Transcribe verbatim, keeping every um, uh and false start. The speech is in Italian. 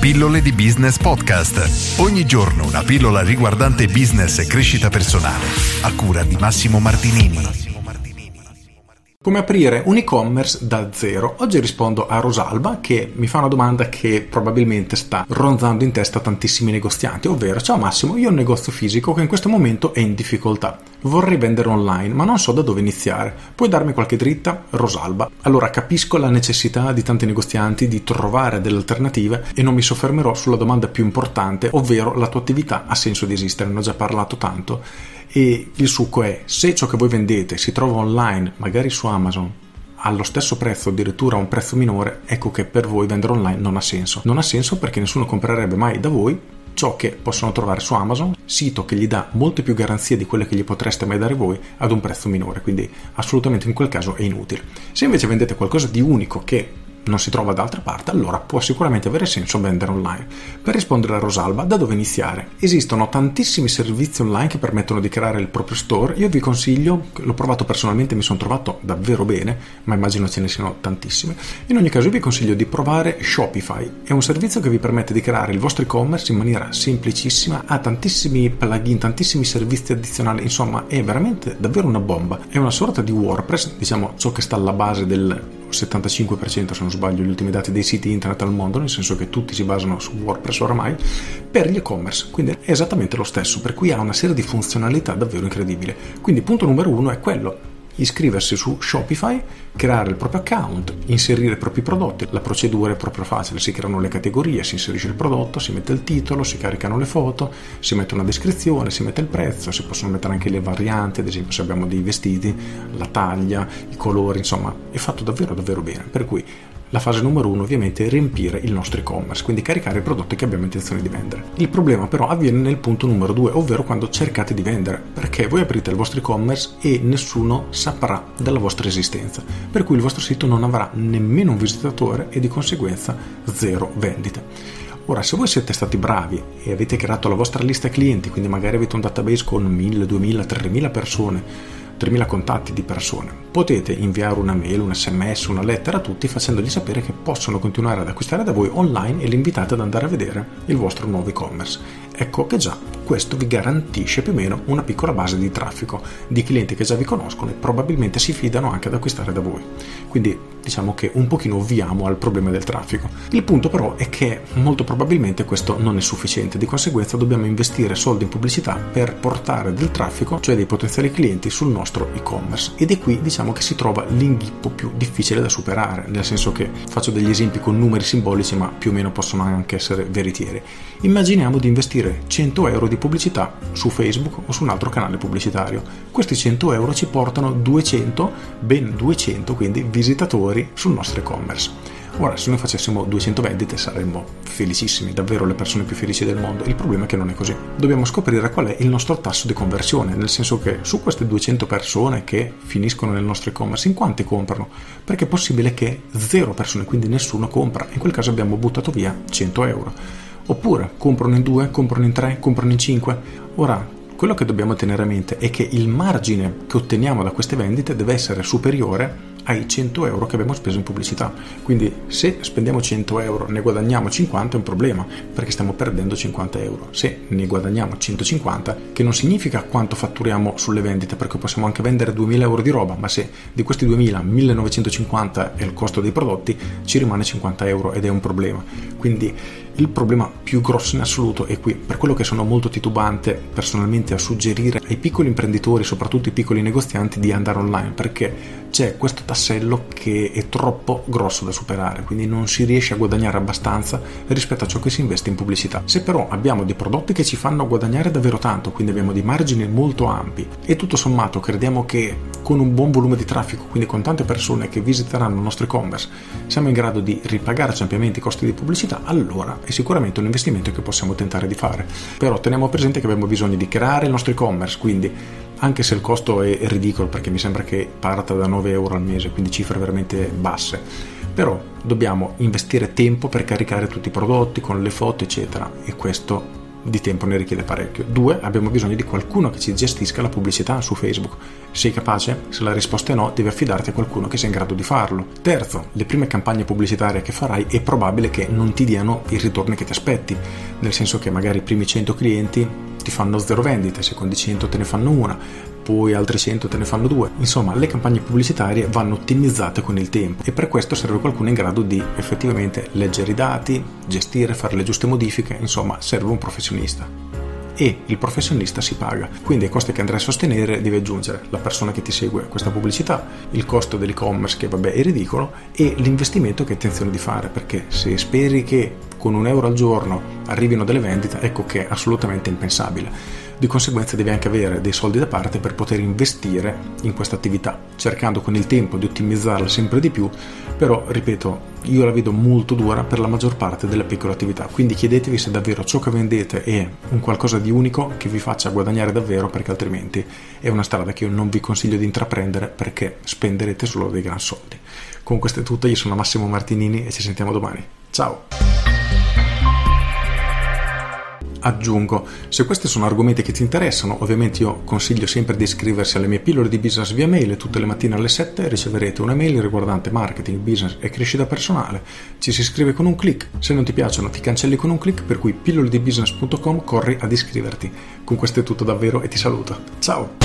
Pillole di Business Podcast. Ogni giorno una pillola riguardante business e crescita personale. A cura di Massimo Martinini. Come aprire un e-commerce da zero? Oggi rispondo a Rosalba che mi fa una domanda che probabilmente sta ronzando in testa tantissimi negozianti, ovvero: ciao Massimo, io ho un negozio fisico che in questo momento è in difficoltà. Vorrei vendere online, ma non so da dove iniziare. Puoi darmi qualche dritta? Rosalba. Allora, capisco la necessità di tanti negozianti di trovare delle alternative e non mi soffermerò sulla domanda più importante, ovvero la tua attività ha senso di esistere. Ne ho già parlato tanto. E il succo è: se ciò che voi vendete si trova online, magari su Amazon, allo stesso prezzo, addirittura a un prezzo minore, ecco che per voi vendere online non ha senso. Non ha senso perché nessuno comprerebbe mai da voi ciò che possono trovare su Amazon, sito che gli dà molte più garanzie di quelle che gli potreste mai dare voi ad un prezzo minore, quindi assolutamente in quel caso è inutile. Se invece vendete qualcosa di unico che non si trova da altra parte, allora può sicuramente avere senso vendere online. Per rispondere a Rosalba, da dove iniziare? Esistono tantissimi servizi online che permettono di creare il proprio store. Io vi consiglio, l'ho provato personalmente, mi sono trovato davvero bene, ma immagino ce ne siano tantissime. In ogni caso io vi consiglio di provare Shopify. È un servizio che vi permette di creare il vostro e-commerce in maniera semplicissima, ha tantissimi plugin, tantissimi servizi addizionali, insomma è veramente davvero una bomba. È una sorta di WordPress, diciamo ciò che sta alla base del settantacinque per cento, se non sbaglio, gli ultimi dati dei siti internet al mondo, nel senso che tutti si basano su WordPress oramai, per gli e-commerce, quindi è esattamente lo stesso, per cui ha una serie di funzionalità davvero incredibili. Quindi punto numero uno è quello: iscriversi su Shopify, creare il proprio account, inserire i propri prodotti. La procedura è proprio facile: si creano le categorie, si inserisce il prodotto, si mette il titolo, si caricano le foto, si mette una descrizione, si mette il prezzo, si possono mettere anche le varianti, ad esempio se abbiamo dei vestiti, la taglia, i colori, insomma è fatto davvero davvero bene. Per cui la fase numero uno ovviamente è riempire il nostro e-commerce, quindi caricare i prodotti che abbiamo intenzione di vendere. Il problema però avviene nel punto numero due, ovvero quando cercate di vendere, perché voi aprite il vostro e-commerce e nessuno saprà della vostra esistenza, per cui il vostro sito non avrà nemmeno un visitatore e di conseguenza zero vendite. Ora, se voi siete stati bravi e avete creato la vostra lista clienti, quindi magari avete un database con mille, duemila, tremila persone, tremila contatti di persone, potete inviare una mail, un sms, una lettera a tutti facendogli sapere che possono continuare ad acquistare da voi online e li invitate ad andare a vedere il vostro nuovo e-commerce. Ecco che già questo vi garantisce più o meno una piccola base di traffico, di clienti che già vi conoscono e probabilmente si fidano anche ad acquistare da voi. Quindi diciamo che un pochino ovviamo al problema del traffico. Il punto però è che molto probabilmente questo non è sufficiente, di conseguenza dobbiamo investire soldi in pubblicità per portare del traffico, cioè dei potenziali clienti, sul nostro e-commerce. Ed è qui diciamo che si trova l'inghippo più difficile da superare, nel senso che faccio degli esempi con numeri simbolici ma più o meno possono anche essere veritieri. Immaginiamo di investire cento euro di pubblicità su Facebook o su un altro canale pubblicitario. Questi cento euro ci portano duecento, ben duecento quindi visitatori sul nostro e-commerce. Ora, se noi facessimo duecento vendite saremmo felicissimi, davvero le persone più felici del mondo. Il problema è che non è così. Dobbiamo scoprire qual è il nostro tasso di conversione, nel senso che su queste duecento persone che finiscono nel nostro e-commerce, in quanti comprano? Perché è possibile che zero persone, quindi nessuno compra. In quel caso abbiamo buttato via cento euro. Oppure comprano in due, comprano in tre, comprano in cinque. Ora, quello che dobbiamo tenere a mente è che il margine che otteniamo da queste vendite deve essere superiore ai cento euro che abbiamo speso in pubblicità. Quindi se spendiamo cento euro, ne guadagniamo cinquanta, è un problema, perché stiamo perdendo cinquanta euro. Se ne guadagniamo centocinquanta, che non significa quanto fatturiamo sulle vendite, perché possiamo anche vendere duemila euro di roba, ma se di questi duemila millenovecentocinquanta è il costo dei prodotti, ci rimane cinquanta euro ed è un problema. Quindi il problema più grosso in assoluto è qui, per quello che sono molto titubante personalmente a suggerire ai piccoli imprenditori, soprattutto i piccoli negozianti, di andare online, perché c'è questo tassello che è troppo grosso da superare, quindi non si riesce a guadagnare abbastanza rispetto a ciò che si investe in pubblicità. Se però abbiamo dei prodotti che ci fanno guadagnare davvero tanto, quindi abbiamo dei margini molto ampi e tutto sommato crediamo che con un buon volume di traffico, quindi con tante persone che visiteranno il nostro e-commerce, siamo in grado di ripagarci ampiamente i costi di pubblicità, allora è sicuramente un investimento che possiamo tentare di fare. Però teniamo presente che abbiamo bisogno di creare il nostro e-commerce, quindi anche se il costo è ridicolo, perché mi sembra che parta da nove euro al mese, quindi cifre veramente basse, però dobbiamo investire tempo per caricare tutti i prodotti con le foto eccetera, e questo di tempo ne richiede parecchio. Due, abbiamo bisogno di qualcuno che ci gestisca la pubblicità su Facebook. Sei capace? Se la risposta è no, devi affidarti a qualcuno che sia in grado di farlo. Terzo, le prime campagne pubblicitarie che farai è probabile che non ti diano i ritorni che ti aspetti, nel senso che magari i primi cento clienti ti fanno zero vendite, i secondi cento te ne fanno una, poi altri cento te ne fanno due. Insomma, le campagne pubblicitarie vanno ottimizzate con il tempo e per questo serve qualcuno in grado di effettivamente leggere i dati, gestire, fare le giuste modifiche, insomma serve un professionista. E il professionista si paga, quindi ai costi che andrai a sostenere devi aggiungere la persona che ti segue questa pubblicità, il costo dell'e-commerce che vabbè è ridicolo e l'investimento che hai intenzione di fare, perché se speri che con un euro al giorno arrivino delle vendite, ecco che è assolutamente impensabile. Di conseguenza devi anche avere dei soldi da parte per poter investire in questa attività, cercando con il tempo di ottimizzarla sempre di più, però ripeto, io la vedo molto dura per la maggior parte delle piccole attività, quindi chiedetevi se davvero ciò che vendete è un qualcosa di unico che vi faccia guadagnare davvero, perché altrimenti è una strada che io non vi consiglio di intraprendere, perché spenderete solo dei gran soldi. Con questo è tutto, io sono Massimo Martinini e ci sentiamo domani. Ciao! Aggiungo, se questi sono argomenti che ti interessano, ovviamente io consiglio sempre di iscriversi alle mie pillole di business via mail. Tutte le mattine alle sette riceverete una mail riguardante marketing, business e crescita personale. Ci si iscrive con un click, se non ti piacciono ti cancelli con un click, per cui pillole di business punto com, corri ad iscriverti. Con questo è tutto davvero e ti saluto. Ciao!